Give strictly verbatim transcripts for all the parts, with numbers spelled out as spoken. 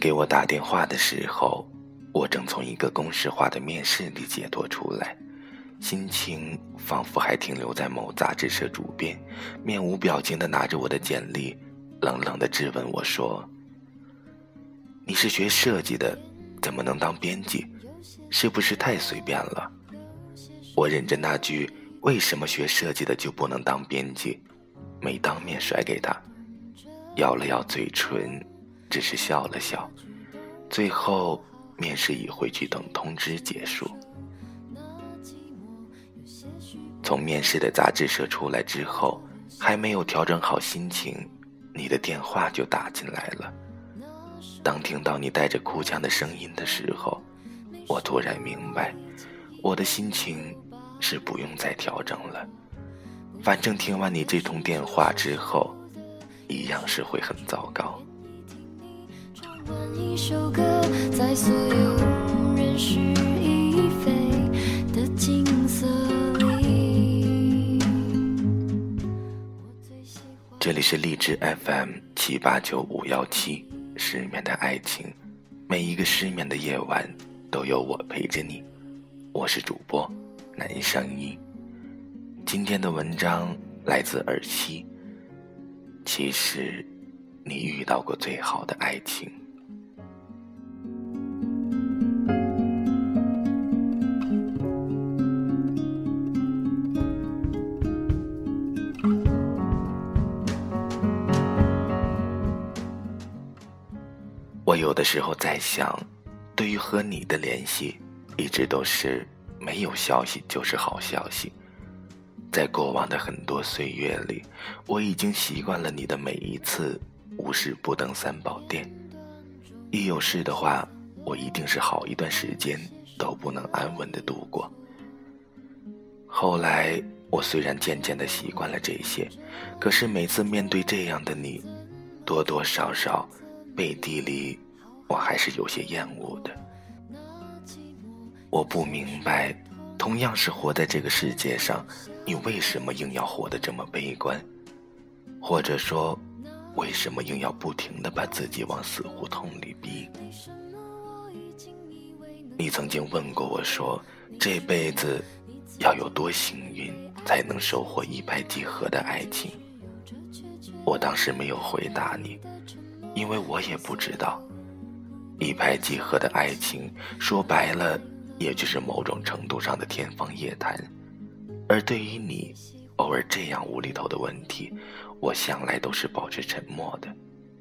给我打电话的时候，我正从一个公式化的面试里解脱出来，心情仿佛还停留在某杂志社主编面无表情地拿着我的简历，冷冷地质问我说：你是学设计的，怎么能当编辑？是不是太随便了？我忍着那句为什么学设计的就不能当编辑，没当面甩给他，咬了咬嘴唇，只是笑了笑。最后面试以回去等通知结束。从面试的杂志社出来之后，还没有调整好心情，你的电话就打进来了。当听到你带着哭腔的声音的时候，我突然明白，我的心情是不用再调整了。反正听完你这通电话之后，一样是会很糟糕。 一首歌，在所有人事已非的景色里。 这里是荔枝 F M 七八九五幺七，失眠的爱情，每一个失眠的夜晚都有我陪着你。我是主播南声一。今天的文章来自尔西。其实你遇到过最好的爱情。我有的时候在想，对于和你的联系，一直都是没有消息就是好消息。在过往的很多岁月里，我已经习惯了你的每一次无事不登三宝殿。一有事的话，我一定是好一段时间都不能安稳地度过。后来我虽然渐渐地习惯了这些，可是每次面对这样的你，多多少少背地里我还是有些厌恶的。我不明白，同样是活在这个世界上，你为什么硬要活得这么悲观？或者说，为什么硬要不停地把自己往死胡同里逼？你曾经问过我说，这辈子要有多幸运才能收获一拍即合的爱情？我当时没有回答你，因为我也不知道。一拍即合的爱情，说白了也就是某种程度上的天方夜谭。而对于你偶尔这样无厘头的问题，我向来都是保持沉默的。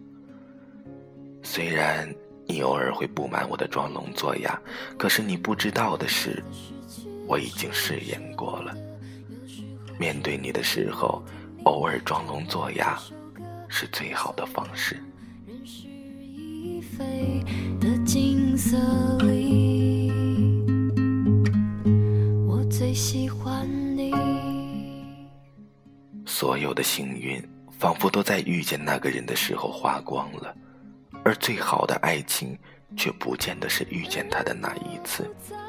虽然你偶尔会不满我的装聋作哑，可是你不知道的是，我已经试验过了。面对你的时候，偶尔装聋作哑是最好的方式。 的景色里，我最喜欢你。 所有的幸运仿佛都在遇见那个人的时候花光了，而最好的爱情却不见得是遇见他的那一次。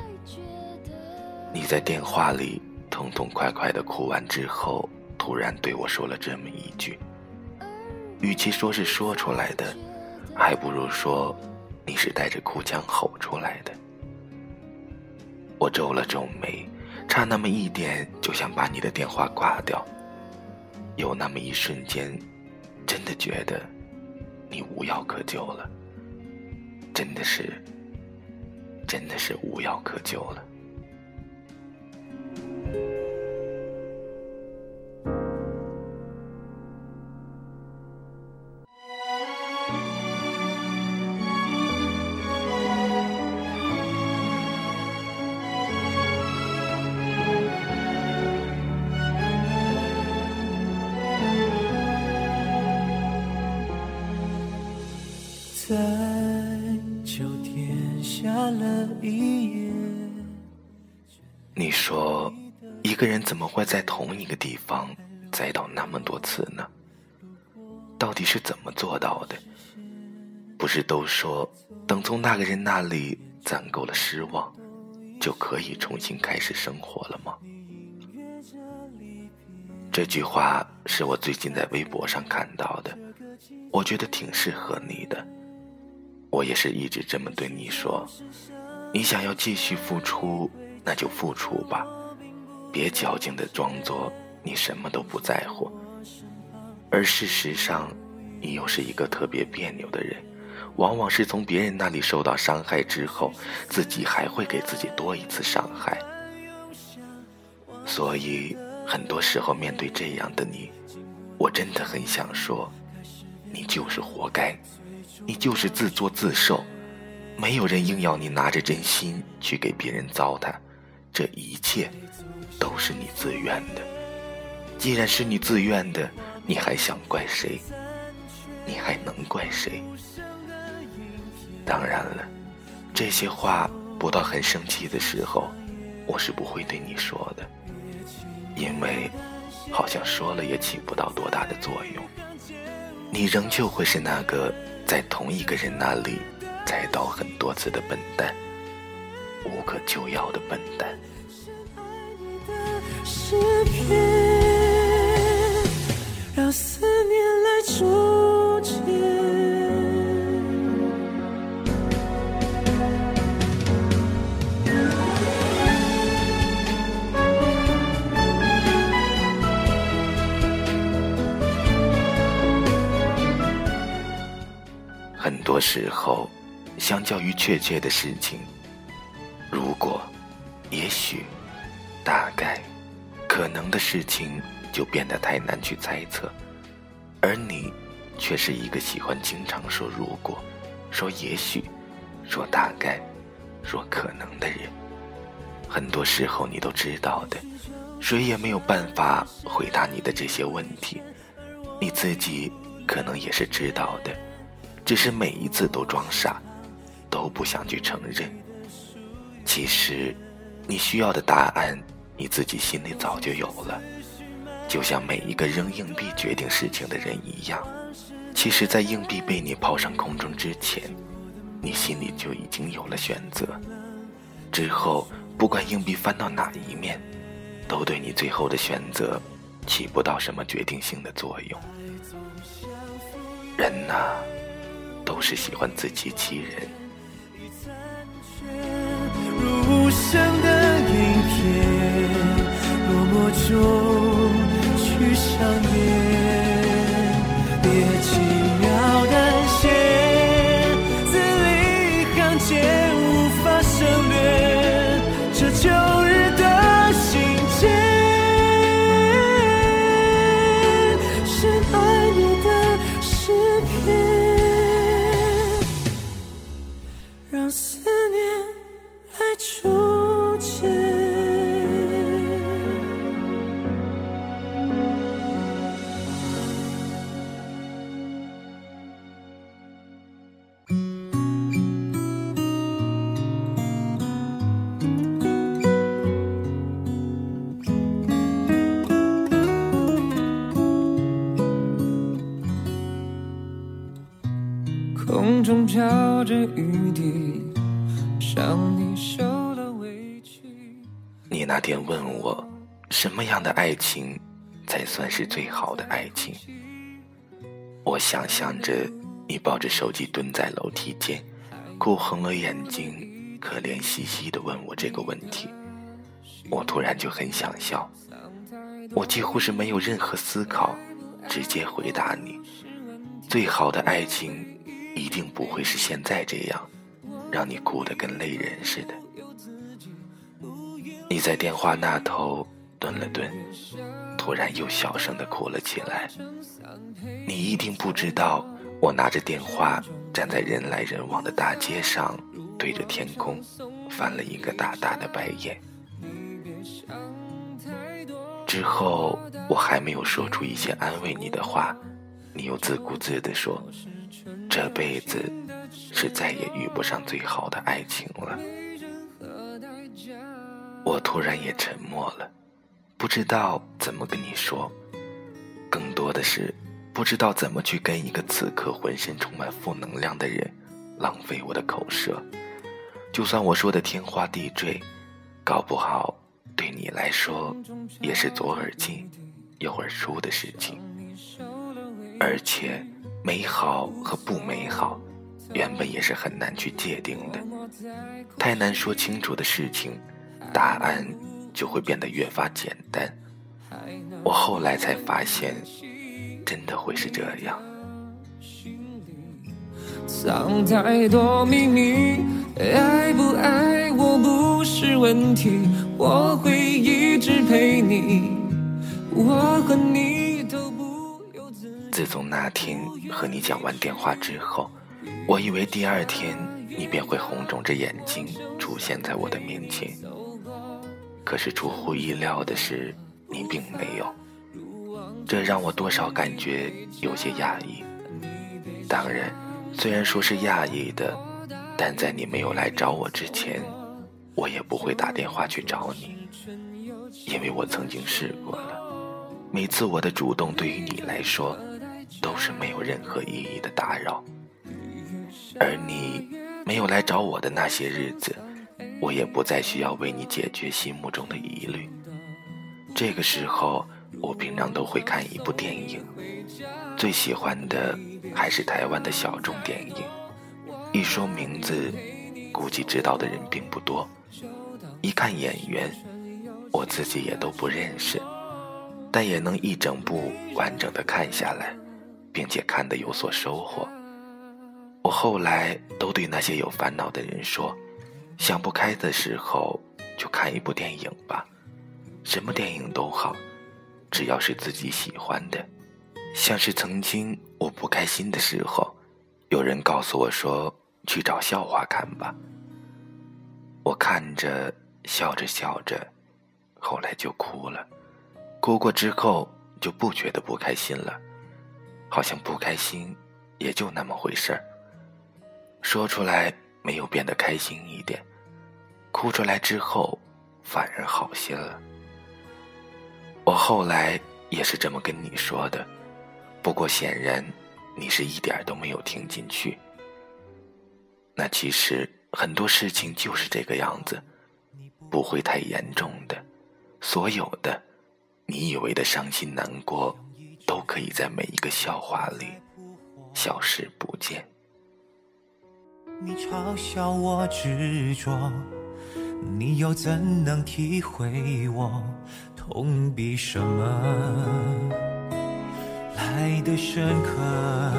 你在电话里痛痛快快地哭完之后，突然对我说了这么一句，与其说是说出来的，还不如说你是带着哭腔吼出来的。我皱了皱眉，差那么一点就想把你的电话挂掉。有那么一瞬间，真的觉得你无药可救了，真的是真的是无药可救了。 在秋天下了一夜。 你说，一个人怎么会在同一个地方栽倒那么多次呢？到底是怎么做到的？不是都说，等从那个人那里攒够了失望，就可以重新开始生活了吗？这句话是我最近在微博上看到的，我觉得挺适合你的。 我也是一直这么对你说，你想要继续付出，那就付出吧，别矫情地装作你什么都不在乎。而事实上，你又是一个特别别扭的人，往往是从别人那里受到伤害之后，自己还会给自己多一次伤害。所以很多时候面对这样的你，我真的很想说，你就是活该，你就是自作自受，没有人硬要你拿着真心去给别人糟蹋，这一切都是你自愿的。既然是你自愿的，你还想怪谁？你还能怪谁？当然了，这些话不到很生气的时候，我是不会对你说的，因为好像说了也起不到多大的作用。你仍旧会是那个在同一个人那里栽倒很多次的笨蛋，无可救药的笨蛋。 诗篇让思念来筑起。 很多时候，相较于确切的事情，如果、也许、大概、可能的事情就变得太难去猜测，而你却是一个喜欢经常说如果、说也许、说大概、说可能的人。很多时候你都知道的，谁也没有办法回答你的这些问题，你自己可能也是知道的，只是每一次都装傻，都不想去承认。其实你需要的答案你自己心里早就有了，就像每一个扔硬币决定事情的人一样，其实在硬币被你抛上空中之前，你心里就已经有了选择。之后不管硬币翻到哪一面，都对你最后的选择起不到什么决定性的作用。人呐、啊都是喜欢自欺欺人。 如生的影片，落寞中去想念，别轻描淡写，字里行间无法省略这旧日的信件，是爱你的诗篇，让思念来筑起。空中飘着雨滴，让你受了委屈。 你那天问我，什么样的爱情才算是最好的爱情？我想象着你抱着手机蹲在楼梯间，哭红了眼睛，可怜兮兮地问我这个问题。我突然就很想笑，我几乎是没有任何思考，直接回答你，最好的爱情一定不会是现在这样，让你哭得跟泪人似的。你在电话那头顿了顿，突然又小声地哭了起来。你一定不知道，我拿着电话站在人来人往的大街上，对着天空翻了一个大大的白眼。之后我还没有说出一些安慰你的话，你又自顾自地说，这辈子是再也遇不上最好的爱情了。我突然也沉默了，不知道怎么跟你说，更多的是不知道怎么去跟一个此刻浑身充满负能量的人浪费我的口舌。就算我说的天花地坠，搞不好对你来说也是左耳进右耳出的事情。而且美好和不美好原本也是很难去界定的，太难说清楚的事情，答案就会变得越发简单。我后来才发现，真的会是这样。 藏太多秘密，爱不爱我不是问题，我会一直陪你，我和你都不由自己。 自从那天和你讲完电话之后，我以为第二天你便会红肿着眼睛出现在我的面前，可是出乎意料的是，你并没有，这让我多少感觉有些讶异。当然，虽然说是讶异的，但在你没有来找我之前，我也不会打电话去找你，因为我曾经试过了，每次我的主动对于你来说都是没有任何意义的打扰。而你没有来找我的那些日子，我也不再需要为你解决心目中的疑虑。这个时候，我平常都会看一部电影，最喜欢的还是台湾的小众电影，一说名字估计知道的人并不多，一看演员我自己也都不认识，但也能一整部完整的看下来，并且看得有所收获。我后来都对那些有烦恼的人说，想不开的时候就看一部电影吧，什么电影都好，只要是自己喜欢的。像是曾经我不开心的时候，有人告诉我说去找笑话看吧，我看着笑着笑着，后来就哭了，哭过之后就不觉得不开心了，好像不开心也就那么回事儿，说出来没有变得开心一点，哭出来之后反而好些了。我后来也是这么跟你说的，不过显然你是一点都没有听进去。那其实很多事情就是这个样子，不会太严重的，所有的你以为的伤心难过都可以在每一个笑话里消失不见。 你嘲笑我执着，你又怎能体会我痛比什么来得深刻？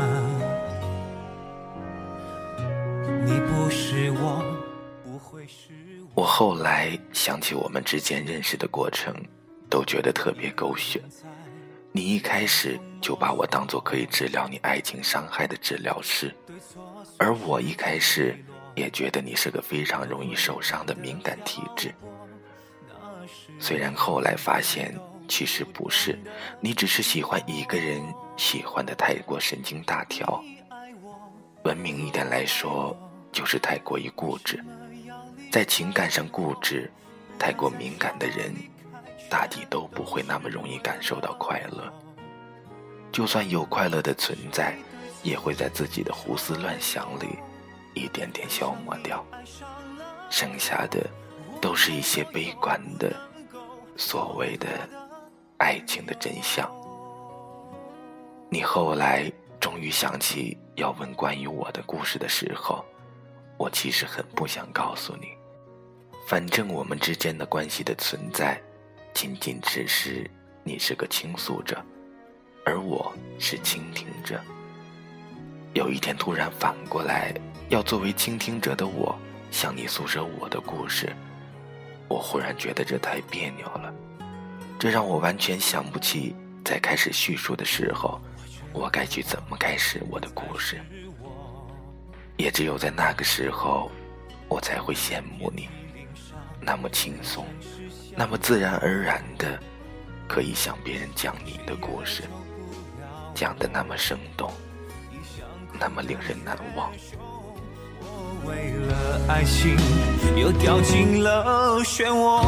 你不是我，不会是我。 我后来想起我们之间认识的过程，都觉得特别狗血。你一开始就把我当作可以治疗你爱情伤害的治疗师，而我一开始也觉得你是个非常容易受伤的敏感体质。虽然后来发现其实不是，你只是喜欢一个人，喜欢的太过神经大条，文明一点来说就是太过于固执。在情感上固执太过敏感的人，大抵都不会那么容易感受到快乐，就算有快乐的存在，也会在自己的胡思乱想里一点点消磨掉，剩下的都是一些悲观的所谓的爱情的真相。你后来终于想起要问关于我的故事的时候，我其实很不想告诉你，反正我们之间的关系的存在仅仅只是你是个倾诉者，而我是倾听者。有一天突然反过来要作为倾听者的我向你诉说我的故事，我忽然觉得这太别扭了，这让我完全想不起在开始叙述的时候我该去怎么开始我的故事。也只有在那个时候，我才会羡慕你那么轻松，那么自然而然的可以向别人讲你的故事，讲得那么生动，那么令人难忘。 我为了爱情又掉进了漩涡，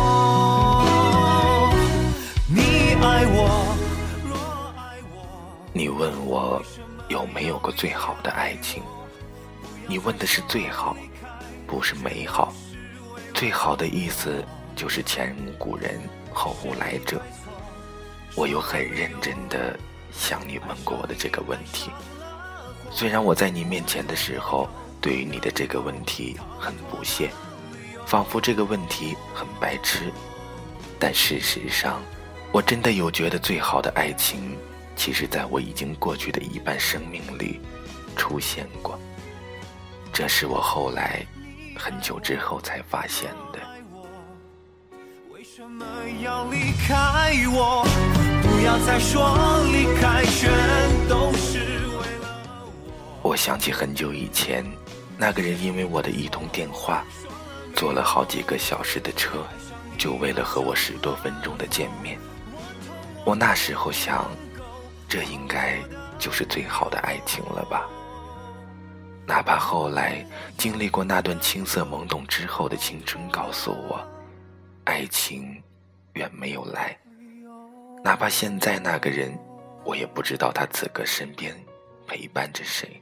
你爱我，若爱我。 你问我有没有过最好的爱情，你问的是最好，不是美好。最好的意思就是前无古人后无来者。我有很认真的向你问过我的这个问题，虽然我在你面前的时候对于你的这个问题很不屑，仿佛这个问题很白痴。但事实上，我真的有觉得最好的爱情，其实在我已经过去的一半生命里出现过。这是我后来很久之后才发现的。 为什么要离开我？不要再说离开全都是为了我。 我想起很久以前，那个人因为我的一通电话，坐了好几个小时的车，就为了和我十多分钟的见面。我那时候想，这应该就是最好的爱情了吧。哪怕后来经历过那段青涩懵懂之后的青春告诉我，爱情远没有来。哪怕现在那个人，我也不知道他此刻身边陪伴着谁。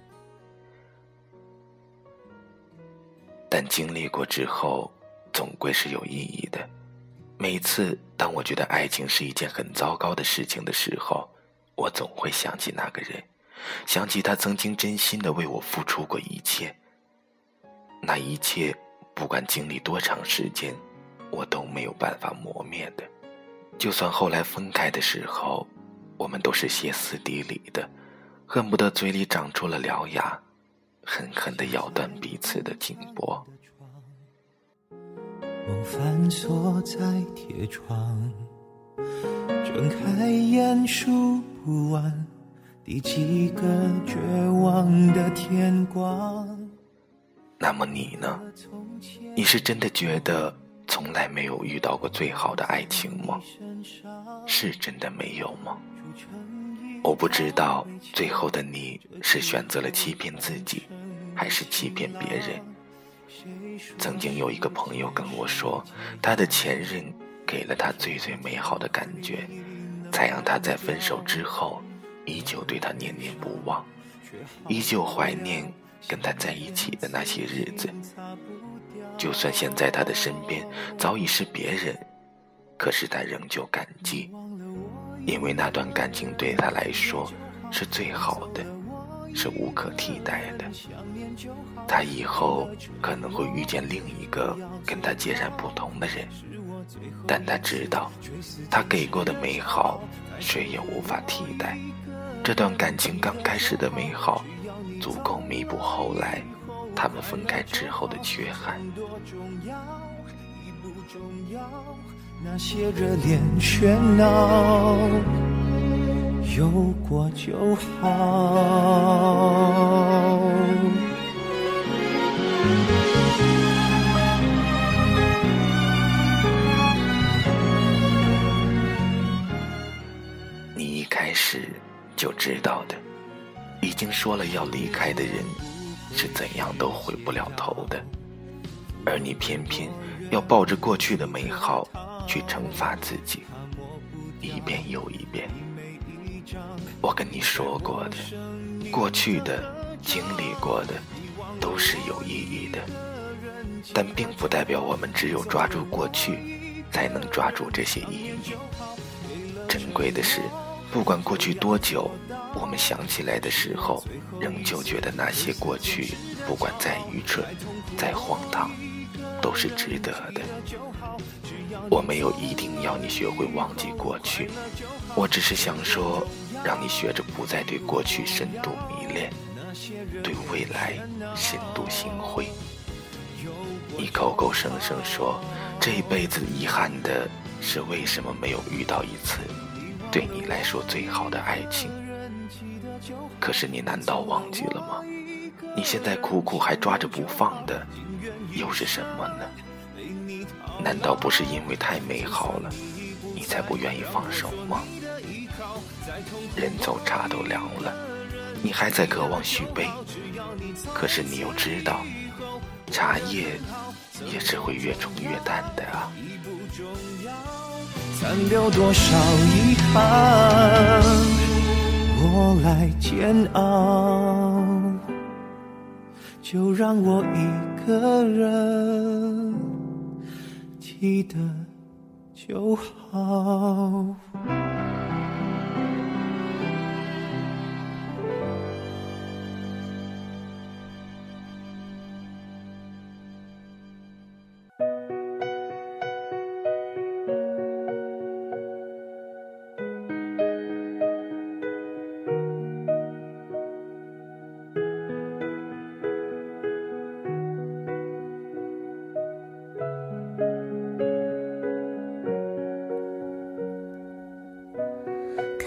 但经历过之后，总归是有意义的。每次当我觉得爱情是一件很糟糕的事情的时候，我总会想起那个人，想起他曾经真心的为我付出过一切。那一切不管经历多长时间，我都没有办法磨灭的。就算后来分开的时候，我们都是歇斯底里的，恨不得嘴里长出了獠牙，狠狠地咬断彼此的颈脖。 梦反锁在铁窗，睁开眼数不完第几个绝望的天光。 那么你呢？你是真的觉得从来没有遇到过最好的爱情吗？是真的没有吗？我不知道最后的你是选择了欺骗自己，还是欺骗别人。曾经有一个朋友跟我说，他的前任给了他最最美好的感觉，才让他在分手之后依旧对他念念不忘，依旧怀念跟他在一起的那些日子。就算现在他的身边早已是别人，可是他仍旧感激，因为那段感情对他来说是最好的，是无可替代的。他以后可能会遇见另一个跟他截然不同的人，但他知道他给过的美好谁也无法替代。这段感情刚开始的美好足够弥补后来他们分开之后的缺憾。 那些热恋喧闹有过就好。 你一开始就知道的，已经说了要离开的人是怎样都回不了头的，而你偏偏要抱着过去的美好去惩罚自己，一遍又一遍。我跟你说过的，过去的经历过的都是有意义的，但并不代表我们只有抓住过去才能抓住这些意义。珍贵的是，不管过去多久，我们想起来的时候，仍旧觉得那些过去不管再愚蠢再荒唐都是值得的。我没有一定要你学会忘记过去，我只是想说，让你学着不再对过去深度迷恋，对未来深度心灰。你口口声声说这一辈子遗憾的是为什么没有遇到一次对你来说最好的爱情，可是你难道忘记了吗？你现在苦苦还抓着不放的又是什么呢？难道不是因为太美好了你才不愿意放手吗？人走茶都凉了，你还在渴望续杯，可是你又知道茶叶也是会越冲越淡的啊。 残留多少遗憾我来煎熬，就让我一个人记得就好。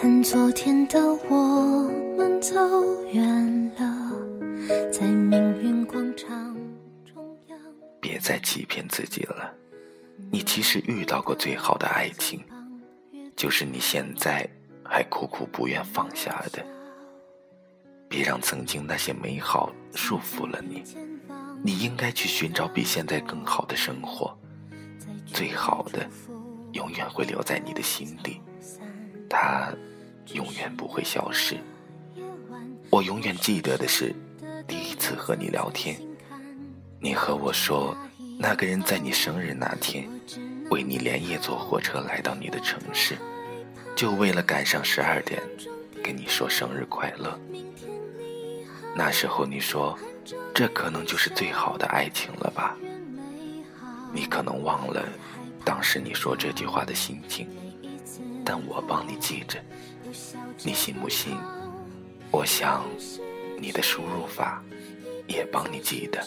看昨天的我们走远了，在命运广场中央。 别再欺骗自己了，你其实遇到过最好的爱情，就是你现在还苦苦不愿放下的。别让曾经那些美好束缚了你，你应该去寻找比现在更好的生活。最好的永远会留在你的心里，它永远不会消失。我永远记得的是第一次和你聊天，你和我说那个人在你生日那天为你连夜坐火车来到你的城市，就为了赶上十二点跟你说生日快乐。那时候你说这可能就是最好的爱情了吧。你可能忘了当时你说这句话的心情，但我帮你记着。你信不信？我想你的输入法也帮你记得。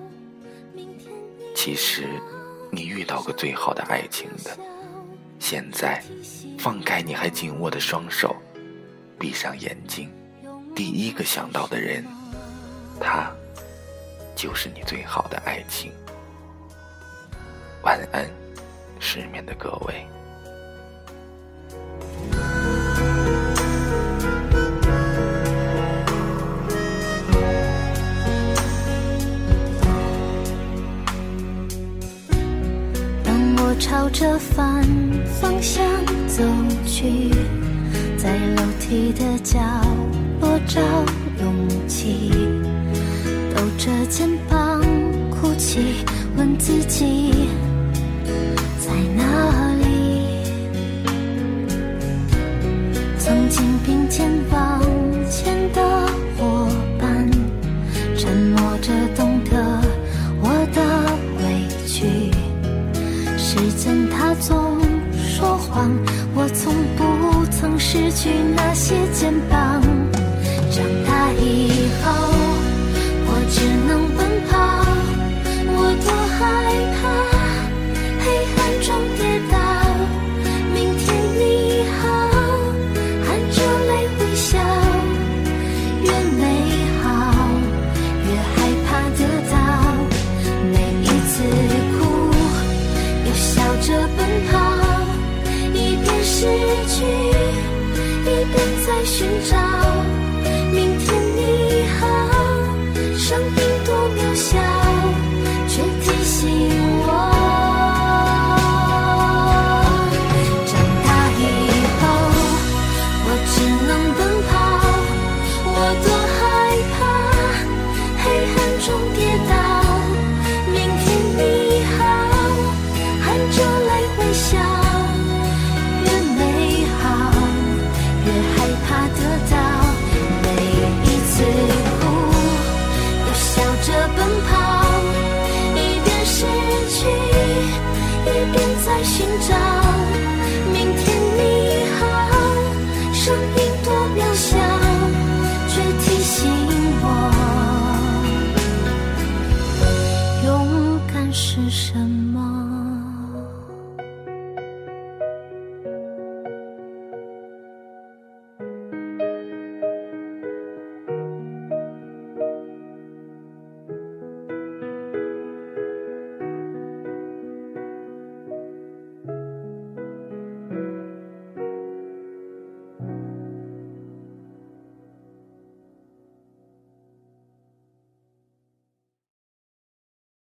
其实你遇到过最好的爱情的，现在放开你还紧握的双手，闭上眼睛，第一个想到的人，他就是你最好的爱情。晚安，失眠的各位。 当我朝着反方向走去，在楼梯的角落找勇气，抖着肩膀哭泣，问自己在哪里。曾经并肩往前的伙伴，沉默着懂得我的委屈。时间它总说谎，我从不曾失去那些肩膀。长大以后我只能奔跑，我多害怕黑暗中跌倒。明天你好，含着泪微笑，越美好越害怕得到。每一次哭又笑着奔跑，一边失去一边在寻找。明天你好，声音多渺小，却提醒我，长大以后我只能奔跑，我多害怕黑暗中跌倒。明天你好，含着泪微笑，越美好越害怕得到。每一次哭又笑着奔跑，一边失去一边在寻找。明天你好，声音多渺小，却提醒我，勇敢是什么。